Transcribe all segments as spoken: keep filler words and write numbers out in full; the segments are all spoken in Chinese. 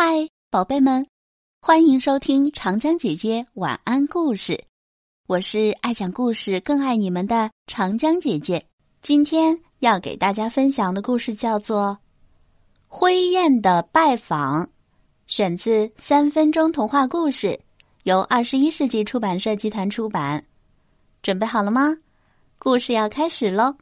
嗨，宝贝们，欢迎收听长江姐姐晚安故事。我是爱讲故事更爱你们的长江姐姐。今天要给大家分享的故事叫做《灰雁的拜访》，选自三分钟童话故事，由二十一世纪出版社集团出版。准备好了吗？故事要开始咯。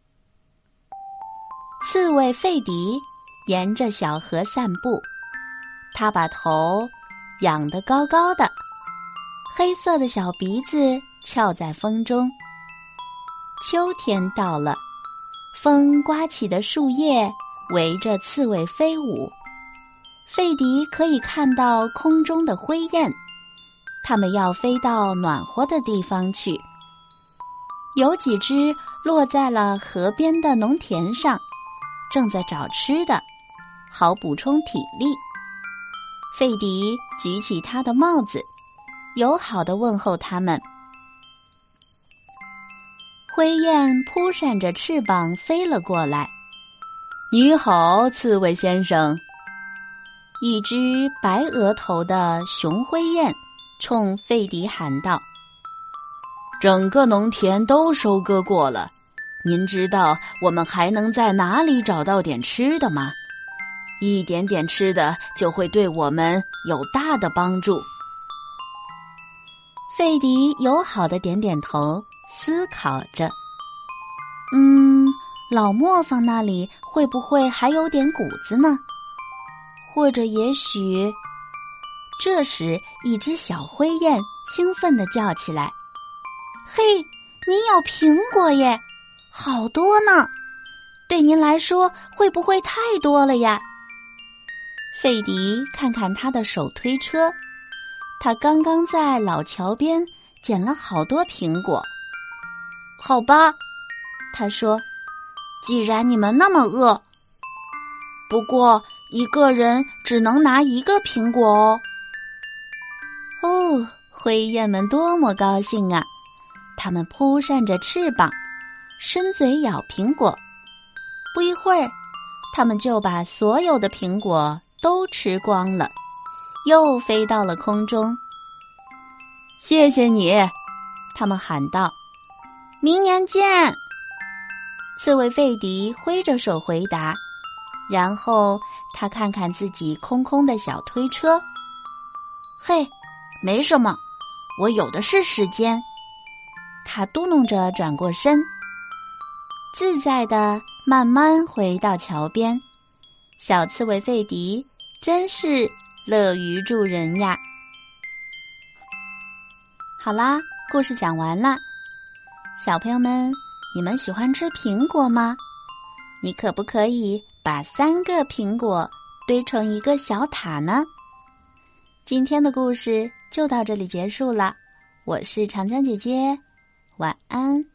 刺猬费迪沿着小河散步，他把头仰得高高的，黑色的小鼻子翘在风中。秋天到了，风刮起的树叶围着刺猬飞舞。费迪可以看到空中的灰雁，它们要飞到暖和的地方去。有几只落在了河边的农田上，正在找吃的，好补充体力。费迪举起他的帽子，友好地问候他们。灰雁扑扇着翅膀飞了过来。你好，刺猬先生。一只白额头的雄灰雁冲费迪喊道。整个农田都收割过了，您知道我们还能在哪里找到点吃的吗？一点点吃的就会对我们有大的帮助。费迪友好地点点头，思考着。嗯，老磨坊那里会不会还有点谷子呢？或者也许……这时，一只小灰雁兴奋地叫起来：“嘿，您有苹果耶，好多呢！对您来说会不会太多了呀？”费迪看看他的手推车，他刚刚在老桥边捡了好多苹果。好吧，他说，既然你们那么饿，不过一个人只能拿一个苹果哦。哦，灰雁们多么高兴啊！它们扑扇着翅膀，伸嘴咬苹果。不一会儿，它们就把所有的苹果都吃光了，又飞到了空中。谢谢你，他们喊道。明年见！刺猬费迪挥着手回答，然后他看看自己空空的小推车。嘿，没什么，我有的是时间。他嘟哝着转过身，自在地慢慢回到桥边。小刺猬费迪真是乐于助人呀。好啦，故事讲完了。小朋友们，你们喜欢吃苹果吗？你可不可以把三个苹果堆成一个小塔呢？今天的故事就到这里结束了，我是长江姐姐，晚安。